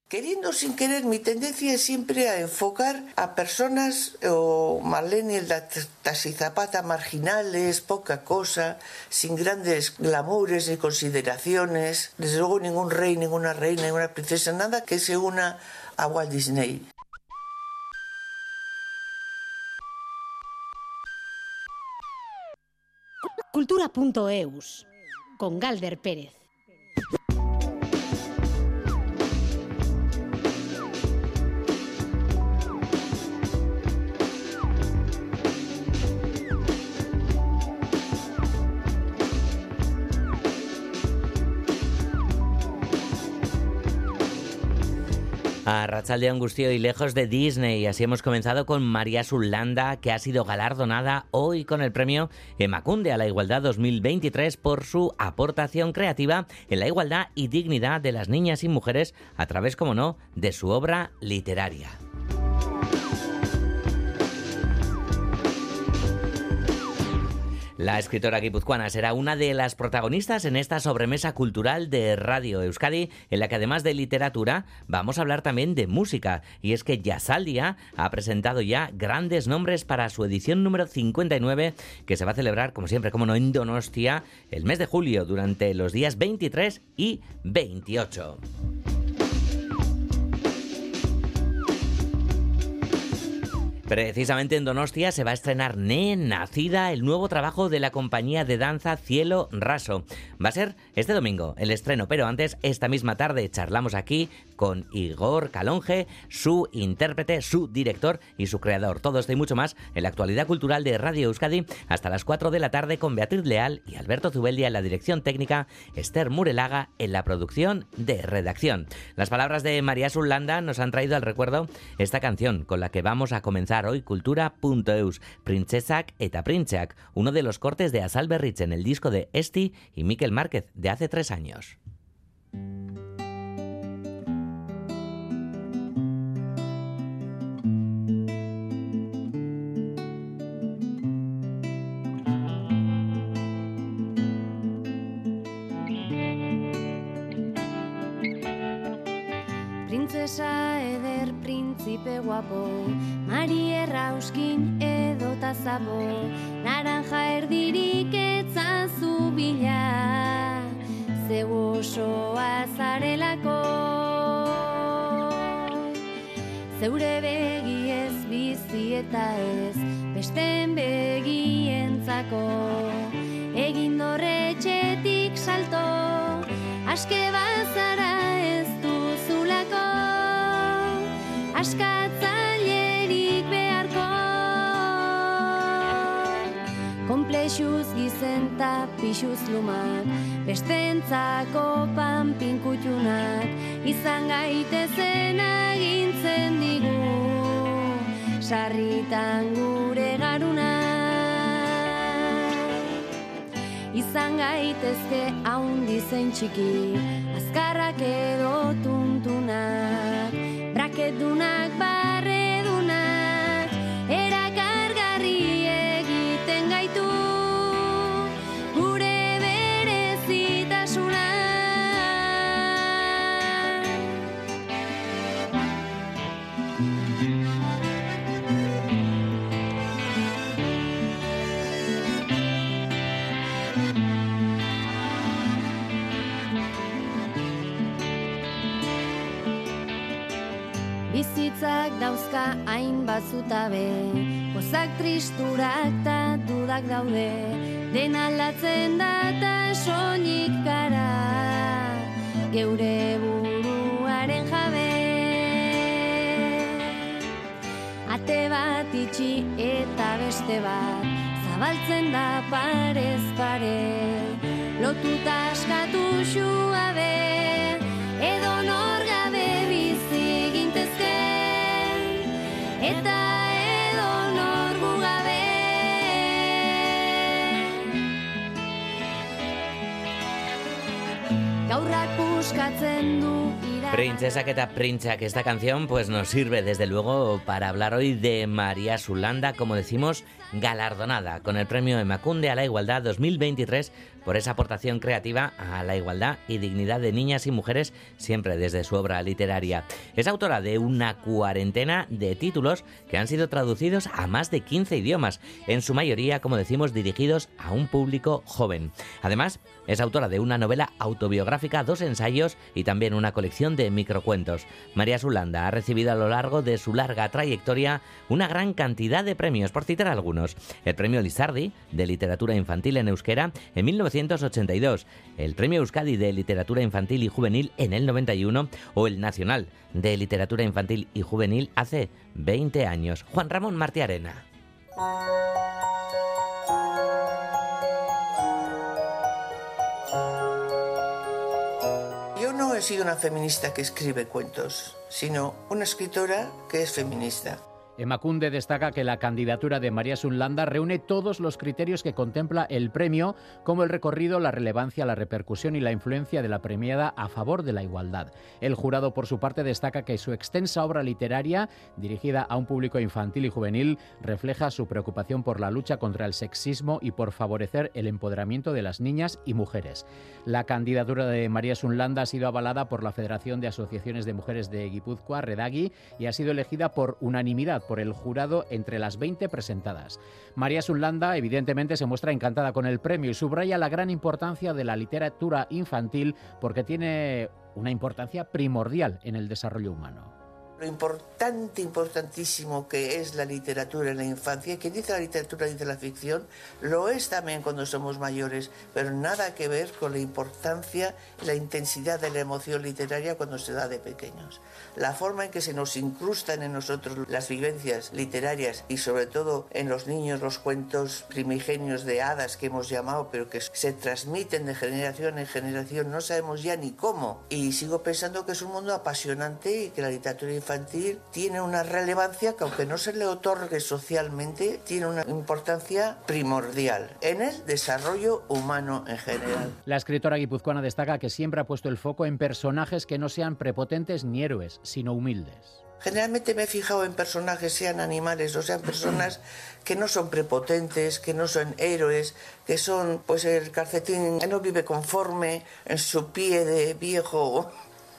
Queriendo sin querer, mi tendencia es siempre a enfocar a personas o Marlene Tasizapata marginales, poca cosa, sin grandes glamoures ni consideraciones. Desde luego ningún rey, ninguna reina, ninguna princesa, nada que se una a Walt Disney. Cultura.eus con Galder Pérez. Arratsaldeon Guztioi, lejos de Disney. Así hemos comenzado con María Sulanda, que ha sido galardonada hoy con el premio Emakunde a la Igualdad 2023 por su aportación creativa en la igualdad y dignidad de las niñas y mujeres a través, como no, de su obra literaria. La escritora guipuzcoana será una de las protagonistas en esta sobremesa cultural de Radio Euskadi, en la que además de literatura vamos a hablar también de música. Y es que Jazaldia ha presentado ya grandes nombres para su edición número 59, que se va a celebrar, como siempre, como no, en Donostia, el mes de julio, durante los días 23 y 28. Precisamente en Donostia se va a estrenar Nacida, el nuevo trabajo de la compañía de danza Cielo Raso. Va a ser este domingo el estreno, pero antes, esta misma tarde, charlamos aquí con Igor Calonge, su intérprete, su director y su creador. Todo esto y mucho más en la actualidad cultural de Radio Euskadi hasta las 4 de la tarde con Beatriz Leal y Alberto Zubeldia en la dirección técnica, Esther Murelaga en la producción de redacción. Las palabras de María Sulanda nos han traído al recuerdo esta canción con la que vamos a comenzar hoy Cultura.eus, Printzesak eta Printzeak, uno de los cortes de Azal Berritz en el disco de Esti y Mikel Márquez de hace 3 años. Printzesa eder printzipe guapo, Mari errauskin edota zabo, naranja erdirik etzazu bila, zeu osoa zarelako. Zeure begi ez bizi eta ez, besteen begientzako, egin dorretxetik salto, aske bazara ez duzulako, askatzailerik beharko. Konplexuz gizenta pixuz lumak, bestentzako panpinkutxunak, izan gaitezen agintzen digu, sarritan gure garunak. Izan gaitezke haundi zein txiki, azkarrak edo tuntunak, braketunak, barredunak, erakargarri egiten gaitu gure berezitasuna. Bizitzak dauzka hainbat zutabe, pozak, tristurak ta dudak daude, dena aldatzen da ta soilik gara, geure buruaren jabe. Ate bat itxi eta beste bat, zabaltzen da parez pare, lotuta askatu xuabe, edo nor gabe bizi gintezke, eta edo nor gu gabe. Gaurrak puskatzen du. Printzesak eta Printzeak, esta canción pues nos sirve desde luego para hablar hoy de María Sulanda, como decimos, galardonada con el premio Emakunde a la Igualdad 2023 por esa aportación creativa a la igualdad y dignidad de niñas y mujeres, siempre desde su obra literaria. Es autora de una cuarentena de títulos que han sido traducidos a más de 15 idiomas, en su mayoría, como decimos, dirigidos a un público joven. Además, es autora de una novela autobiográfica, 2 ensayos y también una colección de microcuentos. María Jesús Landa ha recibido a lo largo de su larga trayectoria una gran cantidad de premios, por citar algunos. El Premio Lizardi de Literatura Infantil en Euskera en 1982, el Premio Euskadi de Literatura Infantil y Juvenil en el 91 o el Nacional de Literatura Infantil y Juvenil hace 20 años. Juan Ramón Martiarena. Yo no he sido una feminista que escribe cuentos, sino una escritora que es feminista. Emakunde destaca que la candidatura de María Jesús Landa reúne todos los criterios que contempla el premio, como el recorrido, la relevancia, la repercusión y la influencia de la premiada a favor de la igualdad. El jurado, por su parte, destaca que su extensa obra literaria, dirigida a un público infantil y juvenil, refleja su preocupación por la lucha contra el sexismo y por favorecer el empoderamiento de las niñas y mujeres. La candidatura de María Jesús Landa ha sido avalada por la Federación de Asociaciones de Mujeres de Guipúzcoa, Redagi, y ha sido elegida por unanimidad por el jurado entre las 20 presentadas. María Jesús Landa, evidentemente, se muestra encantada con el premio y subraya la gran importancia de la literatura infantil porque tiene una importancia primordial en el desarrollo humano. Lo importantísimo que es la literatura en la infancia, que dice la literatura, dice la ficción, lo es también cuando somos mayores, pero nada que ver con la importancia y la intensidad de la emoción literaria cuando se da de pequeños. La forma en que se nos incrustan en nosotros las vivencias literarias y sobre todo en los niños los cuentos primigenios de hadas que hemos llamado, pero que se transmiten de generación en generación, no sabemos ya ni cómo. Y sigo pensando que es un mundo apasionante y que la literatura infantil tiene una relevancia que, aunque no se le otorgue socialmente, tiene una importancia primordial en el desarrollo humano en general. La escritora guipuzcoana destaca que siempre ha puesto el foco en personajes que no sean prepotentes ni héroes, sino humildes. Generalmente me he fijado en personajes, sean animales o sean personas que no son prepotentes, que no son héroes, que son pues el calcetín que no vive conforme en su pie de viejo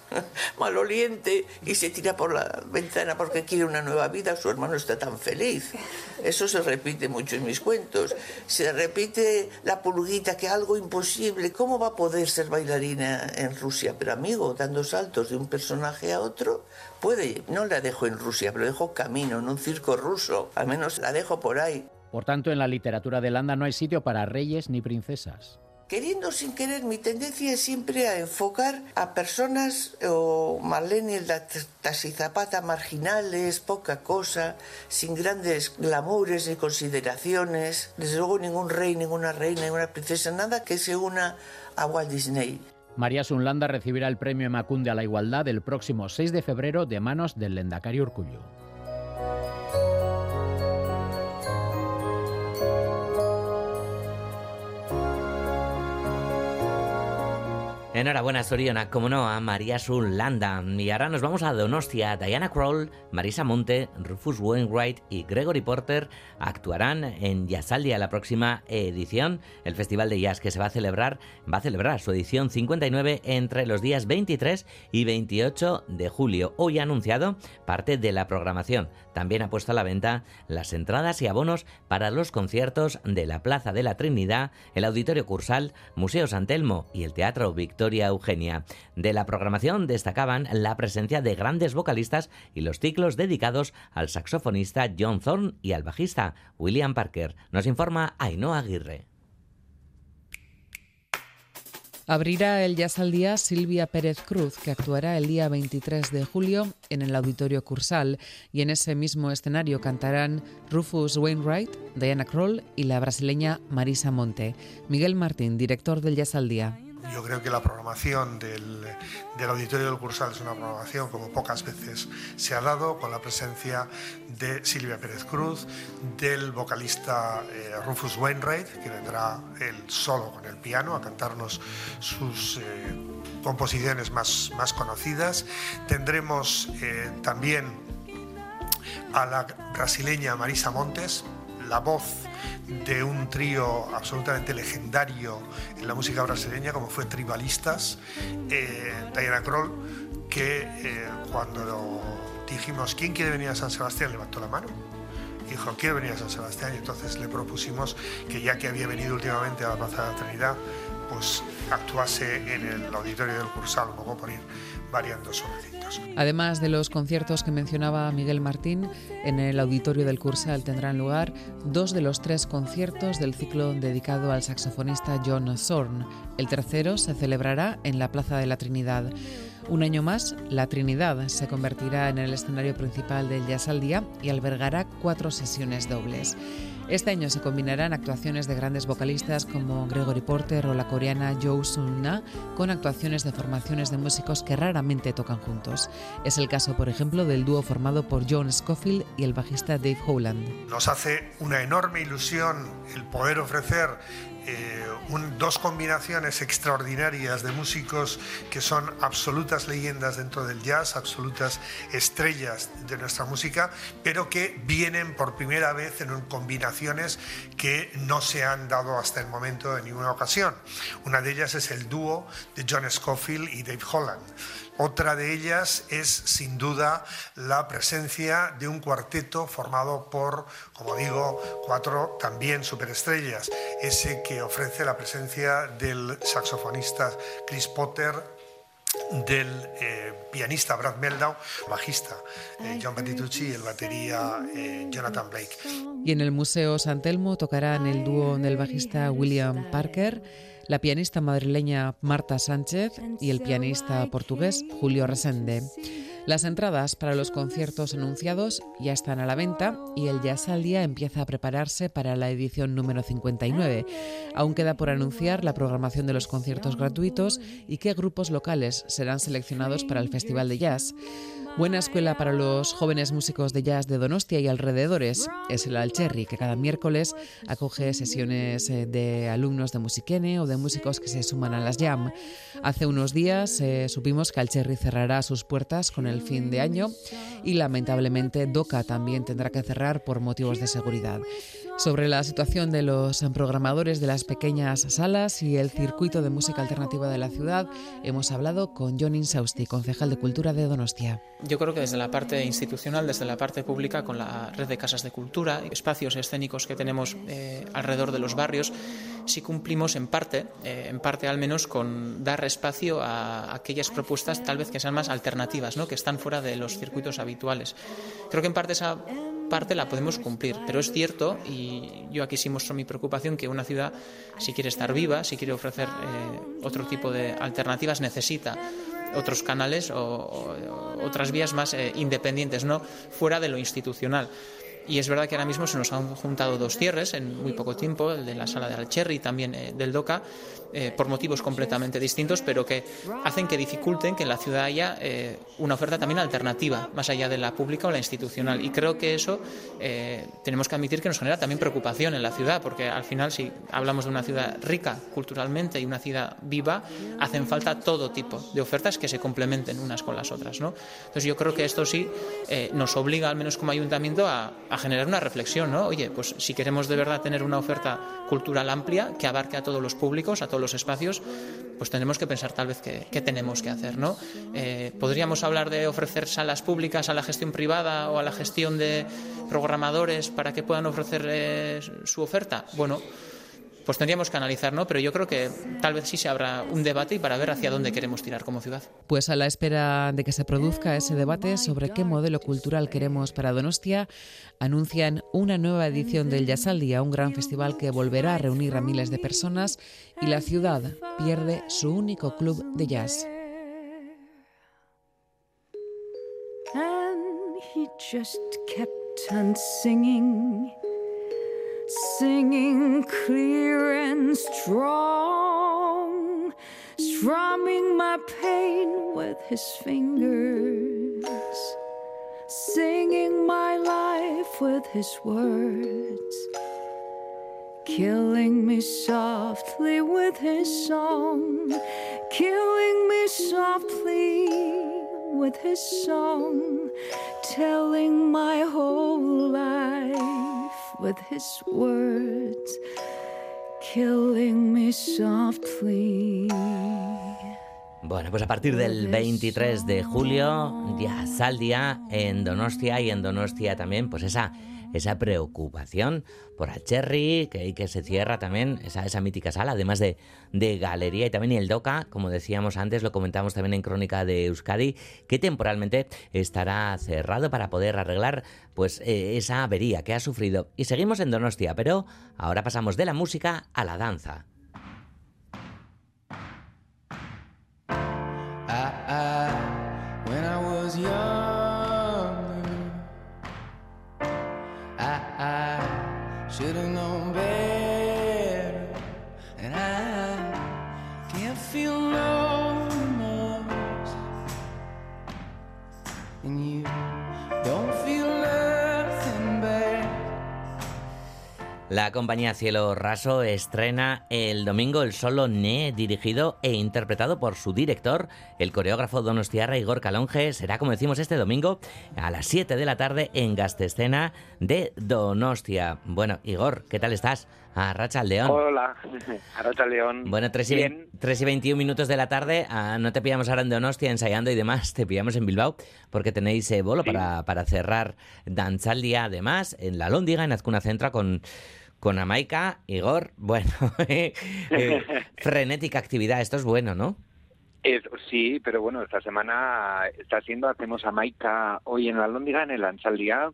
maloliente y se tira por la ventana porque quiere una nueva vida, su hermano está tan feliz. Eso se repite mucho en mis cuentos. Se repite la pulguita, que algo imposible. ¿Cómo va a poder ser bailarina en Rusia? Pero amigo, dando saltos de un personaje a otro, puede. No la dejo en Rusia, pero dejo camino en un circo ruso. Al menos la dejo por ahí. Por tanto, en la literatura de Landa no hay sitio para reyes ni princesas. Queriendo sin querer, mi tendencia es siempre a enfocar a personas o millennials, y Zapata, marginales, poca cosa, sin grandes glamures ni consideraciones. Desde luego ningún rey, ninguna reina, ninguna princesa, nada que se una a Walt Disney. María Jesús Landa recibirá el premio Emakunde a la Igualdad el próximo 6 de febrero de manos del Lehendakari Urkullu. Enhorabuena, Soriona, como no, a María Jesús Landa. Y ahora nos vamos a Donostia. Diana Krall, Marisa Monte, Rufus Wainwright y Gregory Porter actuarán en Jazzaldia, la próxima edición. El Festival de Jazz que va a celebrar su edición 59 entre los días 23 y 28 de julio. Hoy ha anunciado parte de la programación. También ha puesto a la venta las entradas y abonos para los conciertos de la Plaza de la Trinidad, el Auditorio Cursal, Museo San Telmo y el Teatro Victoria Eugenia. De la programación destacaban la presencia de grandes vocalistas y los ciclos dedicados al saxofonista John Thorne y al bajista William Parker. Nos informa Ainhoa Aguirre. Abrirá el Jazzaldia Silvia Pérez Cruz, que actuará el día 23 de julio en el Auditorio Cursal, y en ese mismo escenario cantarán Rufus Wainwright, Diana Krall y la brasileña Marisa Monte. Miguel Martín, director del Jazzaldia. Yo creo que la programación del Auditorio del Cursal es una programación como pocas veces se ha dado, con la presencia de Silvia Pérez Cruz, del vocalista Rufus Wainwright, que vendrá él solo con el piano a cantarnos sus composiciones más conocidas. Tendremos también a la brasileña Marisa Montes, la voz de un trío absolutamente legendario en la música brasileña, como fue Tribalistas, Diana Krall, que cuando dijimos ¿quién quiere venir a San Sebastián?, levantó la mano. Dijo, quiero venir a San Sebastián, y entonces le propusimos que, ya que había venido últimamente a la Plaza de la Trinidad, pues actuase en el auditorio del Cursal, un poco por ir variando sus recintos. Además de los conciertos que mencionaba Miguel Martín, en el auditorio del Cursal tendrán lugar 2 de los 3 conciertos del ciclo dedicado al saxofonista John Zorn. El tercero se celebrará en la Plaza de la Trinidad. Un año más, la Trinidad se convertirá en el escenario principal del Jazz al Día y albergará 4 sesiones dobles. Este año se combinarán actuaciones de grandes vocalistas como Gregory Porter o la coreana Jo Sun-na con actuaciones de formaciones de músicos que raramente tocan juntos. Es el caso, por ejemplo, del dúo formado por John Scofield y el bajista Dave Howland. Nos hace una enorme ilusión el poder ofrecer 2 combinaciones extraordinarias de músicos que son absolutas leyendas dentro del jazz, absolutas estrellas de nuestra música, pero que vienen por primera vez en combinaciones que no se han dado hasta el momento en ninguna ocasión. Una de ellas es el dúo de John Scofield y Dave Howland. Otra de ellas es, sin duda, la presencia de un cuarteto formado por, como digo, 4 también superestrellas. Ese que ofrece la presencia del saxofonista Chris Potter, del pianista Brad Meldau, bajista John Patitucci y el batería Jonathan Blake. Y en el Museo San Telmo tocarán el dúo del bajista William Parker, la pianista madrileña Marta Sánchez y el pianista portugués Julio Resende. Las entradas para los conciertos anunciados ya están a la venta y el Jazz al Día empieza a prepararse para la edición número 59. Aún queda por anunciar la programación de los conciertos gratuitos y qué grupos locales serán seleccionados para el Festival de Jazz. Buena escuela para los jóvenes músicos de jazz de Donostia y alrededores es el Alcherri, que cada miércoles acoge sesiones de alumnos de Musiquene o de músicos que se suman a las jam. Hace unos días supimos que Alcherri cerrará sus puertas con el fin de año y lamentablemente Doca también tendrá que cerrar por motivos de seguridad. Sobre la situación de los programadores de las pequeñas salas y el circuito de música alternativa de la ciudad, hemos hablado con Jon Insausti, concejal de Cultura de Donostia. Yo creo que desde la parte institucional, desde la parte pública, con la red de casas de cultura, espacios escénicos que tenemos alrededor de los barrios, sí cumplimos en parte al menos, con dar espacio a aquellas propuestas tal vez que sean más alternativas, ¿no?, que están fuera de los circuitos habituales. Creo que en parte esa parte la podemos cumplir, pero es cierto, y yo aquí sí muestro mi preocupación, que una ciudad, si quiere estar viva, si quiere ofrecer otro tipo de alternativas, necesita otros canales o otras vías más independientes, no fuera de lo institucional. Y es verdad que ahora mismo se nos han juntado 2 cierres en muy poco tiempo, el de la sala de Alcherri y también del Doca, por motivos completamente distintos, pero que hacen que dificulten que en la ciudad haya una oferta también alternativa, más allá de la pública o la institucional. Y creo que eso tenemos que admitir que nos genera también preocupación en la ciudad, porque al final, si hablamos de una ciudad rica culturalmente y una ciudad viva, hacen falta todo tipo de ofertas que se complementen unas con las otras, ¿no? Entonces yo creo que esto sí nos obliga, al menos como ayuntamiento, a generar una reflexión, ¿no? Oye, pues si queremos de verdad tener una oferta cultural amplia que abarque a todos los públicos, a todos los espacios, pues tenemos que pensar tal vez qué tenemos que hacer, ¿no? Podríamos hablar de ofrecer salas públicas a la gestión privada o a la gestión de programadores para que puedan ofrecer su oferta. Bueno, pues tendríamos que analizar, ¿no? Pero yo creo que tal vez sí se abra un debate y para ver hacia dónde queremos tirar como ciudad. Pues a la espera de que se produzca ese debate sobre qué modelo cultural queremos para Donostia, anuncian una nueva edición del Jazz al Día, un gran festival que volverá a reunir a miles de personas y la ciudad pierde su único club de jazz. And he just kept on singing. Singing clear and strong, strumming my pain with his fingers, singing my life with his words, killing me softly with his song, killing me softly with his song, telling my whole life with his words, killing me softly. Bueno, pues a partir del 23 de julio ya saldría en Donostia, y en Donostia también pues esa preocupación por Acherri, que se cierra también esa mítica sala, además de galería, y también el Doca, como decíamos antes, lo comentamos también en Crónica de Euskadi, que temporalmente estará cerrado para poder arreglar pues esa avería que ha sufrido. Y seguimos en Donostia, pero ahora pasamos de la música a la danza. When I was younger, I should have known better, and I can't feel no remorse, and you don't feel nothing bad. La compañía Cielo Raso estrena el domingo el solo Ne, dirigido e interpretado por su director, el coreógrafo donostiarra Igor Calonge. Será, como decimos, este domingo a las 7 de la tarde en Gaztescena de Donostia. Bueno, Igor, ¿qué tal estás? Arratsaldeon. Hola, Arratsaldeon. Bueno, 3 y 21 minutos de la tarde. No te pillamos ahora en Donostia ensayando y demás, te pillamos en Bilbao porque tenéis bolo, sí, para cerrar Dantzaldia, además, en la Lóndiga, en Azcuna Centra, con Amaika. Igor, bueno, frenética actividad, esto es bueno, ¿no? Sí, pero bueno, esta semana hacemos Amaika hoy en la Lóndiga, en el Dantzaldia,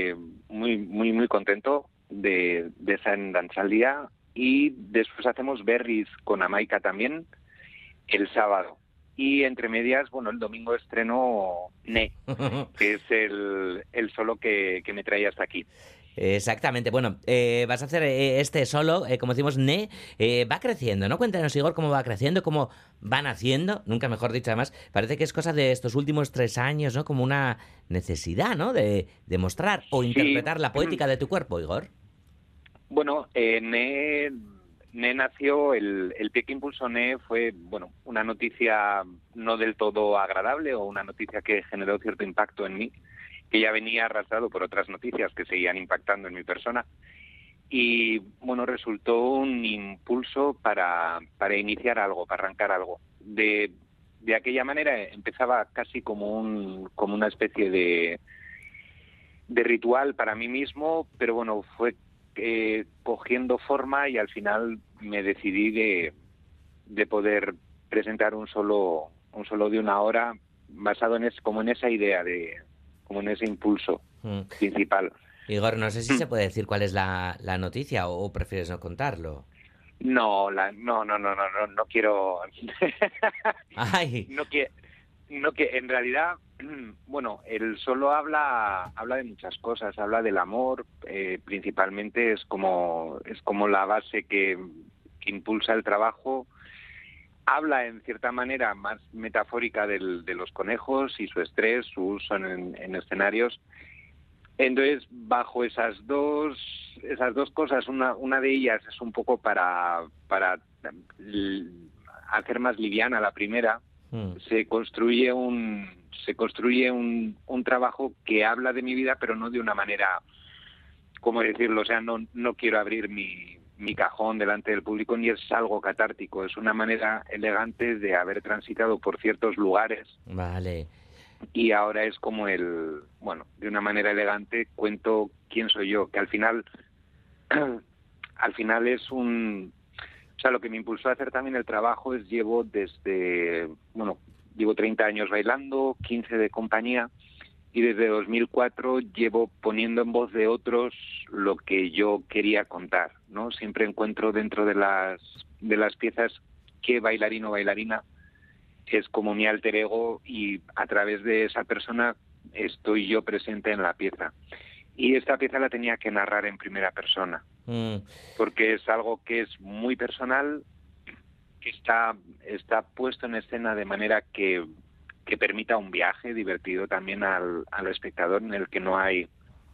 muy contento de estar en Dantzaldia, y después hacemos Berriz con Amaika también el sábado. Y entre medias, bueno, el domingo estreno Ne, que es el solo que me trae hasta aquí. Exactamente. Bueno, vas a hacer este solo, como decimos, Ne, va creciendo, ¿no? Cuéntanos, Igor, cómo va creciendo, cómo van haciendo, nunca mejor dicho, además, parece que es cosa de estos últimos 3 años, ¿no? Como una necesidad, ¿no? De mostrar o interpretar la poética de tu cuerpo, Igor. Bueno, Ne nació, el pie que impulsó Ne fue, bueno, una noticia no del todo agradable, o una noticia que generó cierto impacto en mí, que ya venía arrastrado por otras noticias que seguían impactando en mi persona, y bueno, resultó un impulso para iniciar algo, para arrancar algo. De aquella manera empezaba casi como una especie de ritual para mí mismo, pero bueno, fue cogiendo forma, y al final me decidí de poder presentar un solo de 1 hora basado en esa idea como en ese impulso principal. Igor, no sé si se puede decir cuál es la noticia, o prefieres no contarlo. No quiero. Ay. No que en realidad, bueno, el solo habla de muchas cosas, habla del amor, principalmente es como la base que impulsa el trabajo. Habla en cierta manera más metafórica de los conejos y su estrés, su uso en escenarios. Entonces, bajo esas dos cosas, una de ellas es un poco para hacer más liviana la primera. Se construye un trabajo que habla de mi vida, pero no de una manera, ¿cómo decirlo? O sea, no quiero abrir mi cajón delante del público, ni es algo catártico, es una manera elegante de haber transitado por ciertos lugares. Vale. Y ahora es como de una manera elegante cuento quién soy yo, que al final es o sea, lo que me impulsó a hacer también el trabajo es llevo 30 años bailando, 15 de compañía, y desde 2004 llevo poniendo en voz de otros lo que yo quería contar, ¿no? Siempre encuentro dentro de las piezas qué bailarino o bailarina es como mi alter ego, y a través de esa persona estoy yo presente en la pieza. Y esta pieza la tenía que narrar en primera persona, porque es algo que es muy personal, que está puesto en escena de manera que permita un viaje divertido también al espectador, en el que no hay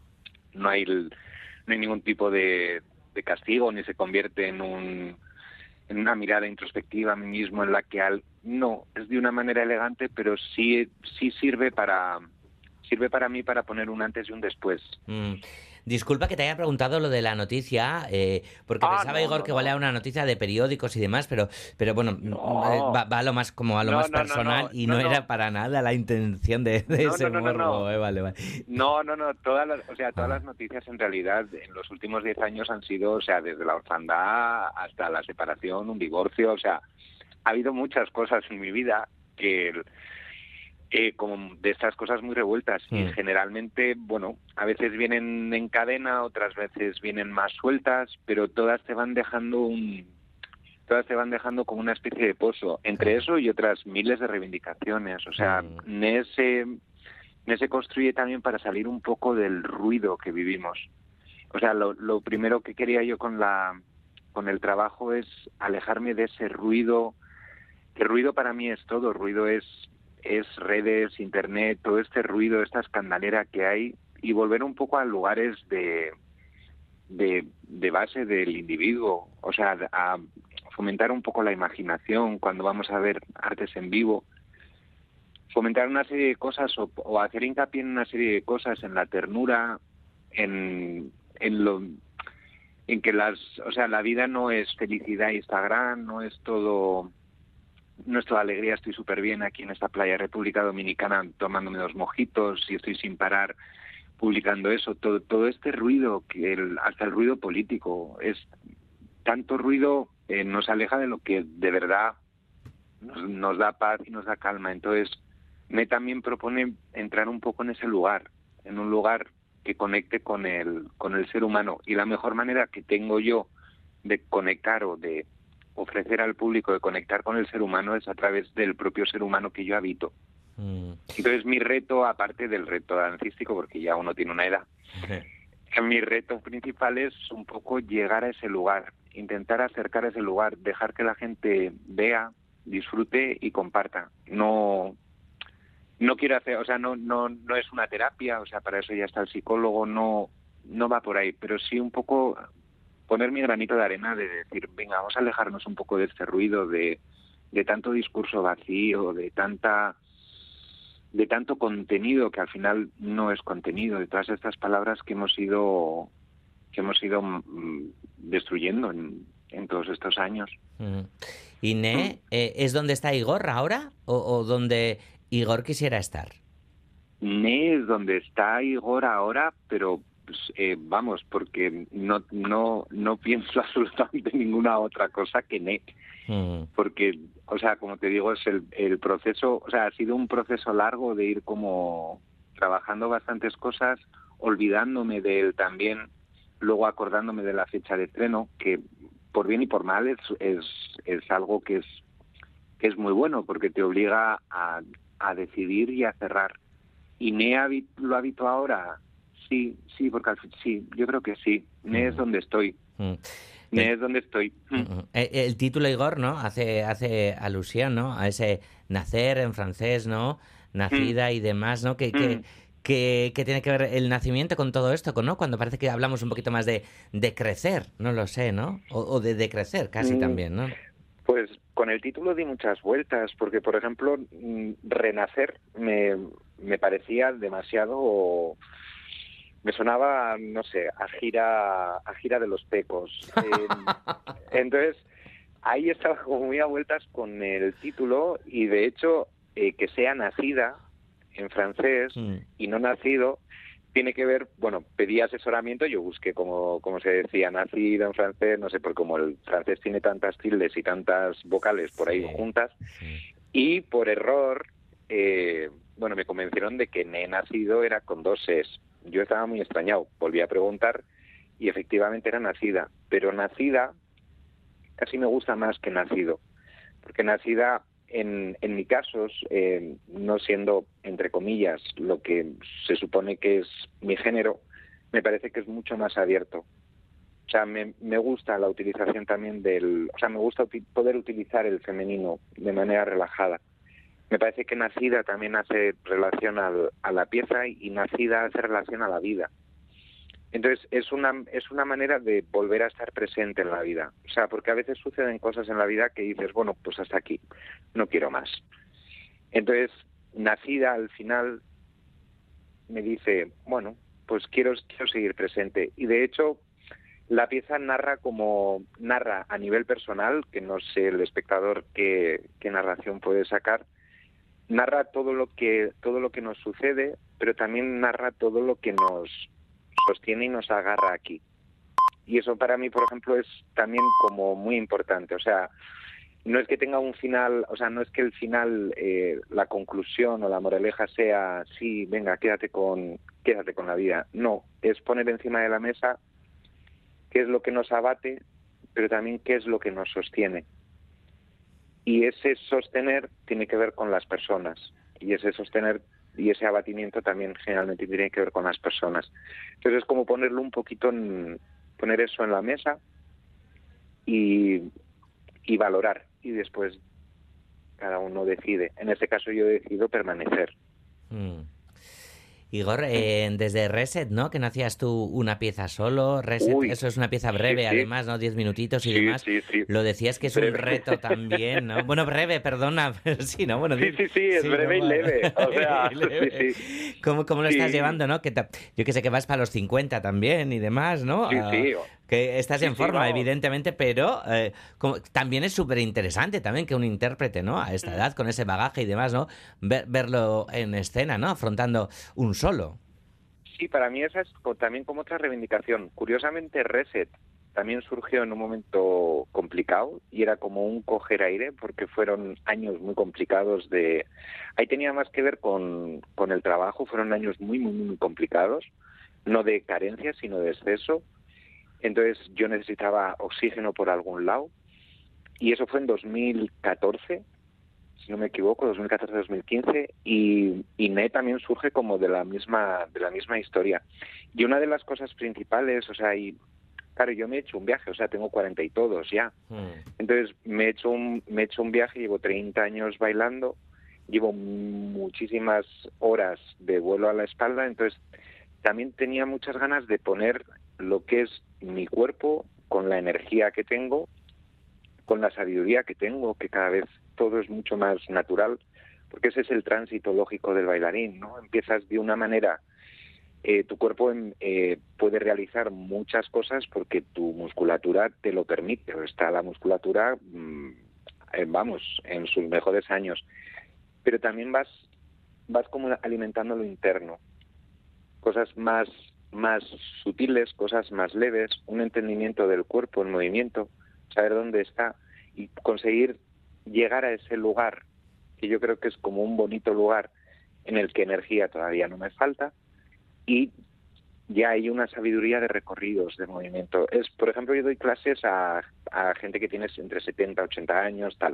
ningún tipo de castigo, ni se convierte en una mirada introspectiva a mí mismo, en la que no, es de una manera elegante, pero sí sirve para sirve para mí para poner un antes y un después. Disculpa que te haya preguntado lo de la noticia, porque pensaba, Igor, que igual era una noticia de periódicos y demás, pero bueno, va a lo más como a lo más personal y no era para nada la intención de ese morbo. Vale. No, todas las noticias en realidad en los últimos 10 años han sido, o sea, desde la orfandad hasta la separación, un divorcio, o sea, ha habido muchas cosas en mi vida que como de estas cosas muy revueltas y generalmente, bueno, a veces vienen en cadena, otras veces vienen más sueltas, pero todas te van dejando como una especie de pozo, entre eso y otras miles de reivindicaciones. O sea, NE se construye también para salir un poco del ruido que vivimos. O sea, lo primero que quería yo con el trabajo es alejarme de ese ruido, que ruido para mí es todo, ruido es redes, internet, todo este ruido, esta escandalera que hay, y volver un poco a lugares de base del individuo, o sea, a fomentar un poco la imaginación cuando vamos a ver artes en vivo, fomentar una serie de cosas o hacer hincapié en una serie de cosas, en la ternura, en que la vida no es felicidad e Instagram, no es toda alegría, estoy súper bien aquí en esta playa de República Dominicana tomándome 2 mojitos y estoy sin parar publicando eso, todo este ruido, hasta el ruido político, es tanto ruido, nos aleja de lo que de verdad nos da paz y nos da calma. Entonces, me también propone entrar un poco en ese lugar, en un lugar que conecte con el ser humano, y la mejor manera que tengo yo de conectar o de ofrecer al público de conectar con el ser humano es a través del propio ser humano que yo habito. Entonces mi reto, aparte del reto dancístico, porque ya uno tiene una edad, mi reto principal es un poco llegar a ese lugar, intentar acercar a ese lugar, dejar que la gente vea, disfrute y comparta. No quiero hacer, o sea, no es una terapia, o sea, para eso ya está el psicólogo, no va por ahí, pero sí un poco poner mi granito de arena de decir, venga, vamos a alejarnos un poco de este ruido, de tanto discurso vacío, de tanto contenido que al final no es contenido, de todas estas palabras que hemos ido destruyendo en todos estos años. ¿Y NE es donde está Igor ahora o donde Igor quisiera estar? NE es donde está Igor ahora, pero vamos, porque no pienso absolutamente ninguna otra cosa que NE. Porque, o sea, como te digo, es el proceso, o sea, ha sido un proceso largo de ir como trabajando bastantes cosas, olvidándome de él también, luego acordándome de la fecha de estreno, que por bien y por mal es algo que es muy bueno, porque te obliga a decidir y a cerrar. ¿Y NE lo habito ahora? Sí, porque sí, yo creo que sí. NE es donde estoy. NE es donde estoy. El título, Igor, ¿no? Hace alusión, ¿no? A ese nacer en francés, ¿no? Nacida y demás, ¿no? Que tiene que ver el nacimiento con todo esto, ¿no? Cuando parece que hablamos un poquito más de crecer, no lo sé, ¿no? O de decrecer casi también, ¿no? Pues con el título di muchas vueltas, porque, por ejemplo, renacer me parecía demasiado... Me sonaba, no sé, a gira de los Pecos. Entonces, ahí estaba como muy a vueltas con el título, y de hecho, que sea nacida en francés y no nacido, tiene que ver, bueno, pedí asesoramiento, yo busqué como se decía, nacido en francés, no sé, porque como el francés tiene tantas tildes y tantas vocales por ahí juntas, y por error, bueno, me convencieron de que NE nacido era con 2 es. Yo estaba muy extrañado, volví a preguntar y efectivamente era nacida, pero nacida casi me gusta más que nacido, porque nacida en mi caso, no siendo entre comillas lo que se supone que es mi género, me parece que es mucho más abierto. O sea, me gusta la utilización también me gusta poder utilizar el femenino de manera relajada. Me parece que nacida también hace relación a la pieza y nacida hace relación a la vida. Entonces, es una manera de volver a estar presente en la vida. O sea, porque a veces suceden cosas en la vida que dices, bueno, pues hasta aquí, no quiero más. Entonces, nacida al final me dice, bueno, pues quiero seguir presente. Y de hecho, la pieza narra a nivel personal, que no sé el espectador qué narración puede sacar, narra todo lo que nos sucede, pero también narra todo lo que nos sostiene y nos agarra aquí. Y eso para mí, por ejemplo, es también como muy importante. O sea, no es que tenga un final, o sea, no es que el final, la conclusión o la moraleja sea, sí, venga, quédate con la vida. No, es poner encima de la mesa qué es lo que nos abate, pero también qué es lo que nos sostiene. Y ese sostener tiene que ver con las personas. Y ese sostener y ese abatimiento también generalmente tiene que ver con las personas. Entonces es como ponerlo un poquito poner eso en la mesa y valorar. Y después cada uno decide. En este caso yo decido permanecer. Igor, desde Reset, ¿no? Que no hacías tú una pieza solo. Reset, eso es una pieza breve, además, ¿no? 10 minutitos y demás. Sí. Lo decías que es un reto también, ¿no? Bueno, breve, perdona, pero sí, ¿no? Bueno, sí, es breve y leve. O sea, sí. ¿Cómo lo estás llevando, no? Yo que sé que vas para los 50 también y demás, ¿no? Sí. Que estás en forma, evidentemente, pero también es súper interesante también que un intérprete, ¿no? A esta edad, con ese bagaje y demás, ¿no? Verlo en escena, ¿no? Afrontando un solo. Sí, para mí esa es también como otra reivindicación. Curiosamente, Reset también surgió en un momento complicado y era como un coger aire porque fueron años muy complicados Ahí tenía más que ver con el trabajo, fueron años muy, muy, muy complicados, no de carencia, sino de exceso. Entonces yo necesitaba oxígeno por algún lado y eso fue en 2014, si no me equivoco, 2014-2015 y Ne también surge como de la misma historia. Y una de las cosas principales, o sea, claro, yo me he hecho un viaje, o sea, tengo 40 y todos ya. Entonces me he hecho un viaje, llevo 30 años bailando, llevo muchísimas horas de vuelo a la espalda, entonces también tenía muchas ganas de poner lo que es mi cuerpo con la energía que tengo, con la sabiduría que tengo, que cada vez todo es mucho más natural, porque ese es el tránsito lógico del bailarín, ¿no? Empiezas de una manera, tu cuerpo puede realizar muchas cosas porque tu musculatura te lo permite, o está la musculatura, en sus mejores años, pero también vas como alimentando lo interno, cosas más sutiles, cosas más leves, un entendimiento del cuerpo en movimiento, saber dónde está y conseguir llegar a ese lugar, que yo creo que es como un bonito lugar en el que energía todavía no me falta y ya hay una sabiduría de recorridos, de movimiento. Por ejemplo, yo doy clases a gente que tiene entre 70 y 80 años, tal.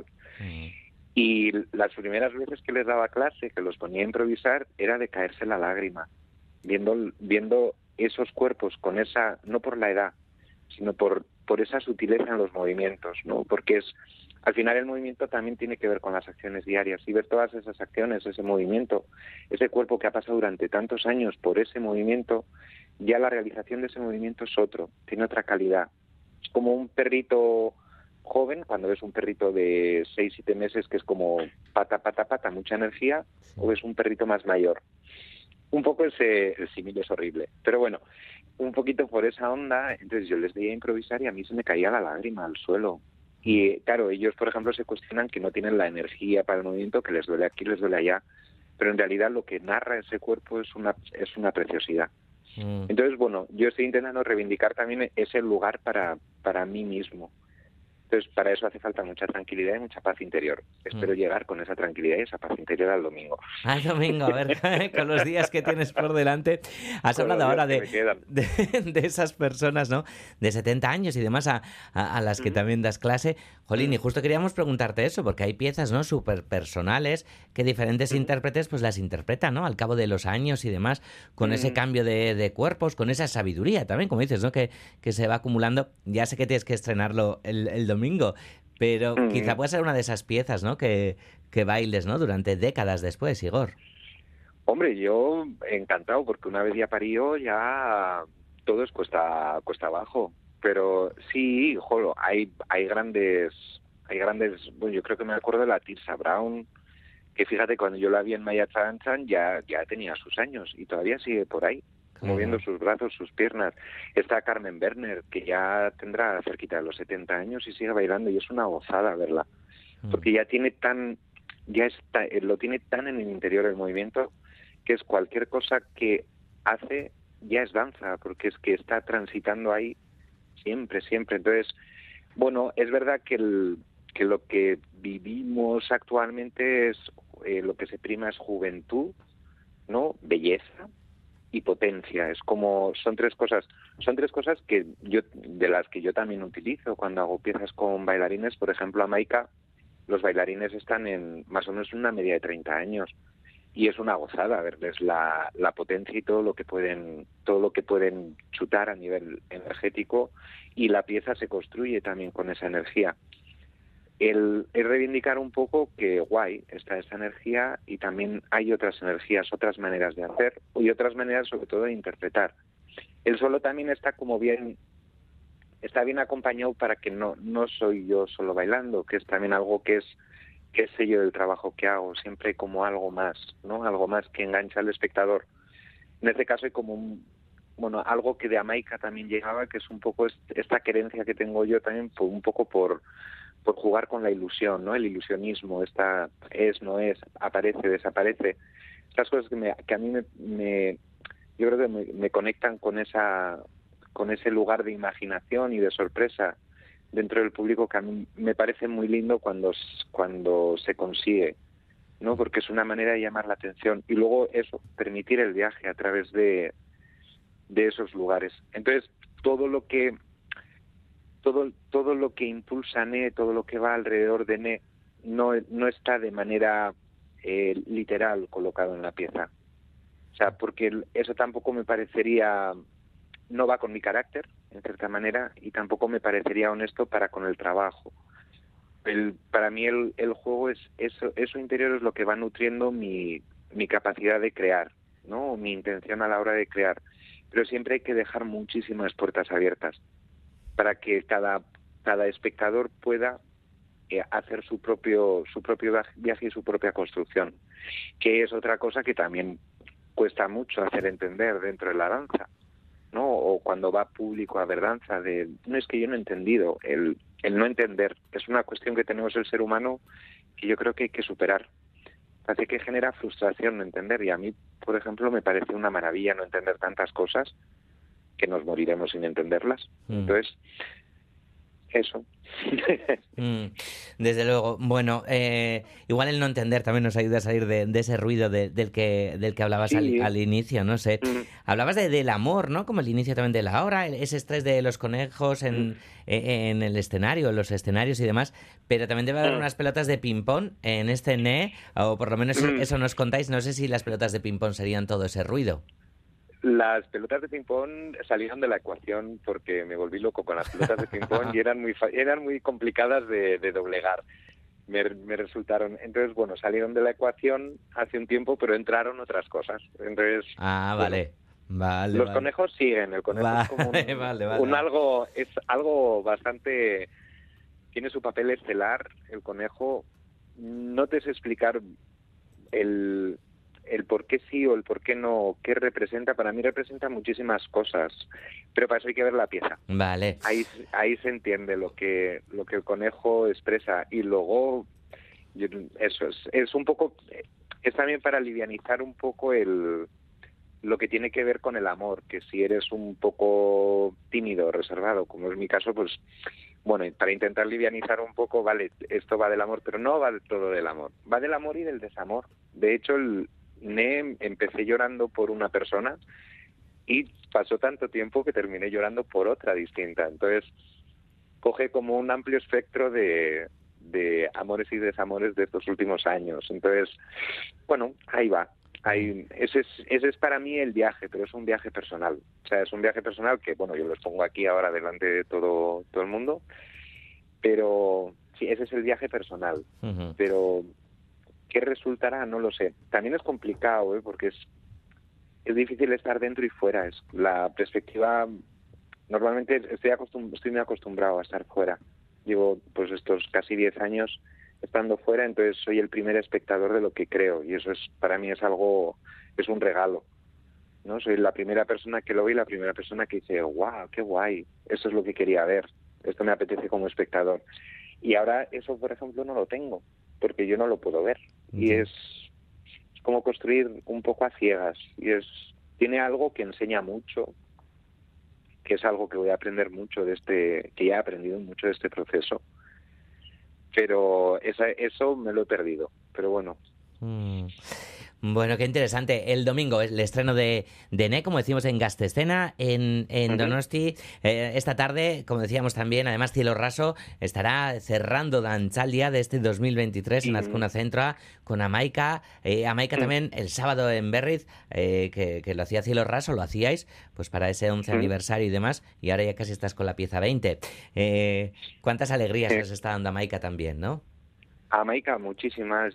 Y las primeras veces que les daba clase, que los ponía a improvisar, era de caerse la lágrima, viendo esos cuerpos con esa, no por la edad, sino por esa sutileza en los movimientos, ¿no? Porque al final el movimiento también tiene que ver con las acciones diarias y ver todas esas acciones, ese movimiento, ese cuerpo que ha pasado durante tantos años por ese movimiento, ya la realización de ese movimiento es tiene otra calidad. Es como un perrito joven, cuando ves un perrito de 6-7 meses que es como pata, mucha energía, o ves un perrito más mayor. Un poco el símil es horrible, pero bueno, un poquito por esa onda, entonces yo les veía improvisar y a mí se me caía la lágrima al suelo. Y claro, ellos, por ejemplo, se cuestionan que no tienen la energía para el movimiento, que les duele aquí, les duele allá, pero en realidad lo que narra ese cuerpo es una preciosidad. Entonces, bueno, yo estoy intentando reivindicar también ese lugar para mí mismo. Entonces, para eso hace falta mucha tranquilidad y mucha paz interior. Espero llegar con esa tranquilidad y esa paz interior al domingo. Al domingo, a ver, con los días que tienes por delante. Has hablado ahora de esas personas, ¿no? De 70 años y demás a las que también das clase. Jolín, y justo queríamos preguntarte eso, porque hay piezas, ¿no? Súper personales que diferentes intérpretes pues las interpretan, ¿no? Al cabo de los años y demás, con ese cambio de cuerpos, con esa sabiduría también, como dices, ¿no? Que se va acumulando. Ya sé que tienes que estrenarlo el domingo, pero quizá pueda ser una de esas piezas, ¿no? Que bailes, ¿no? Durante décadas después, Igor. Hombre, yo encantado, porque una vez ya parió, ya todo es cuesta abajo. Pero sí, jolo, hay grandes, bueno, yo creo que me acuerdo de la Tirsa Brown, que fíjate, cuando yo la vi en Maya Tzarantzan ya tenía sus años y todavía sigue por ahí, moviendo sus brazos, sus piernas. Está Carmen Werner, que ya tendrá cerquita de los 70 años y sigue bailando, y es una gozada verla, porque ya lo tiene tan en el interior el movimiento, que es cualquier cosa que hace ya es danza, porque es que está transitando ahí siempre. Entonces, bueno, es verdad que lo que vivimos actualmente es lo que se prima es juventud, ¿no? Belleza y potencia. Es como son tres cosas que de las que yo también utilizo cuando hago piezas con bailarines. Por ejemplo, a Maika, los bailarines están en más o menos una media de 30 años. Y es una gozada verles la potencia y todo lo que pueden chutar a nivel energético, y la pieza se construye también con esa energía. El reivindicar un poco que guay está esa energía, y también hay otras energías, otras maneras de hacer y otras maneras sobre todo de interpretar. El solo también está bien acompañado, para que no soy yo solo bailando, que es también algo que es sello del trabajo que hago, siempre como algo más, ¿no? Algo más que engancha al espectador. En este caso hay como algo que de Maika también llegaba, que es un poco esta querencia que tengo yo también, un poco por jugar con la ilusión, ¿no? El ilusionismo, no es, aparece, desaparece. Estas cosas que a mí yo creo que me conectan con ese lugar de imaginación y de sorpresa dentro del público, que a mí me parece muy lindo cuando se consigue, ¿no? Porque es una manera de llamar la atención, y luego eso, permitir el viaje a través de esos lugares. Entonces, todo lo que impulsa NE, todo lo que va alrededor de NE, no está de manera literal colocado en la pieza. O sea, porque eso tampoco me parecería, no va con mi carácter, en cierta manera, y tampoco me parecería honesto para con el trabajo. Para mí el juego es eso interior, es lo que va nutriendo mi capacidad de crear, ¿no? Mi intención a la hora de crear. Pero siempre hay que dejar muchísimas puertas abiertas para que cada espectador pueda hacer su propio viaje y su propia construcción, que es otra cosa que también cuesta mucho hacer entender dentro de la danza, ¿no? O cuando va público a ver danza, no es que yo no he entendido, el no entender es una cuestión que tenemos el ser humano, que yo creo que hay que superar. Parece que genera frustración no entender, y a mí, por ejemplo, me parece una maravilla no entender tantas cosas, que nos moriremos sin entenderlas. Entonces, eso. Desde luego. Bueno, igual el no entender también nos ayuda a salir de ese ruido del que hablabas al inicio, no sé. Hablabas del amor, ¿no? Como el inicio también de la obra, ese estrés de los conejos en el escenario, en los escenarios y demás, pero también debe haber unas pelotas de ping-pong en este NE, o por lo menos eso nos contáis. No sé si las pelotas de ping-pong serían todo ese ruido. Las pelotas de ping-pong salieron de la ecuación porque me volví loco con las pelotas de ping-pong y eran muy complicadas de doblegar. Me resultaron. Entonces, bueno, salieron de la ecuación hace un tiempo, pero entraron otras cosas. Entonces, vale. Vale. Los conejos siguen. El conejo es como es algo bastante. Tiene su papel estelar. El conejo, no te sé explicar el por qué sí o el por qué no, qué representa. Para mí representa muchísimas cosas, pero para eso hay que ver la pieza. Vale. Ahí se entiende lo que el conejo expresa, y luego eso es un poco, es también para livianizar un poco lo que tiene que ver con el amor, que si eres un poco tímido, reservado, como es mi caso, pues bueno, para intentar livianizar un poco, vale, esto va del amor, pero no va todo del amor, va del amor y del desamor. De hecho, empecé llorando por una persona y pasó tanto tiempo que terminé llorando por otra distinta. Entonces, coge como un amplio espectro de amores y desamores de estos últimos años. Entonces, bueno, ahí va. Ese es para mí el viaje, pero es un viaje personal. O sea, es un viaje personal que, bueno, yo los pongo aquí ahora delante de todo el mundo, pero sí, ese es el viaje personal. Uh-huh. Pero ¿qué resultará? No lo sé. También es complicado, porque es difícil estar dentro y fuera. Es la perspectiva. Normalmente estoy muy acostumbrado a estar fuera. Llevo pues estos casi 10 años estando fuera, entonces soy el primer espectador de lo que creo, y eso para mí es un regalo, ¿no? Soy la primera persona que lo ve y la primera persona que dice, wow, qué guay, eso es lo que quería ver, esto me apetece como espectador. Y ahora eso, por ejemplo, no lo tengo, porque yo no lo puedo ver. Y es como construir un poco a ciegas, y tiene algo que enseña mucho, que es algo que voy a aprender mucho que ya he aprendido mucho de este proceso, pero eso me lo he perdido, pero bueno. Bueno, qué interesante. El domingo el estreno de NE, como decimos, en Gazte-Escena, en Donosti. Esta tarde, como decíamos también, además Cielo Raso estará cerrando Dantzaldia de este 2023 en Azkuna Centroa con Amaika. Amaika también el sábado en Berriz, que lo hacía Cielo Raso, lo hacíais pues para ese 11 aniversario y demás, y ahora ya casi estás con la pieza 20. ¿Cuántas alegrías les está dando Amaika también, no? Amaika, muchísimas.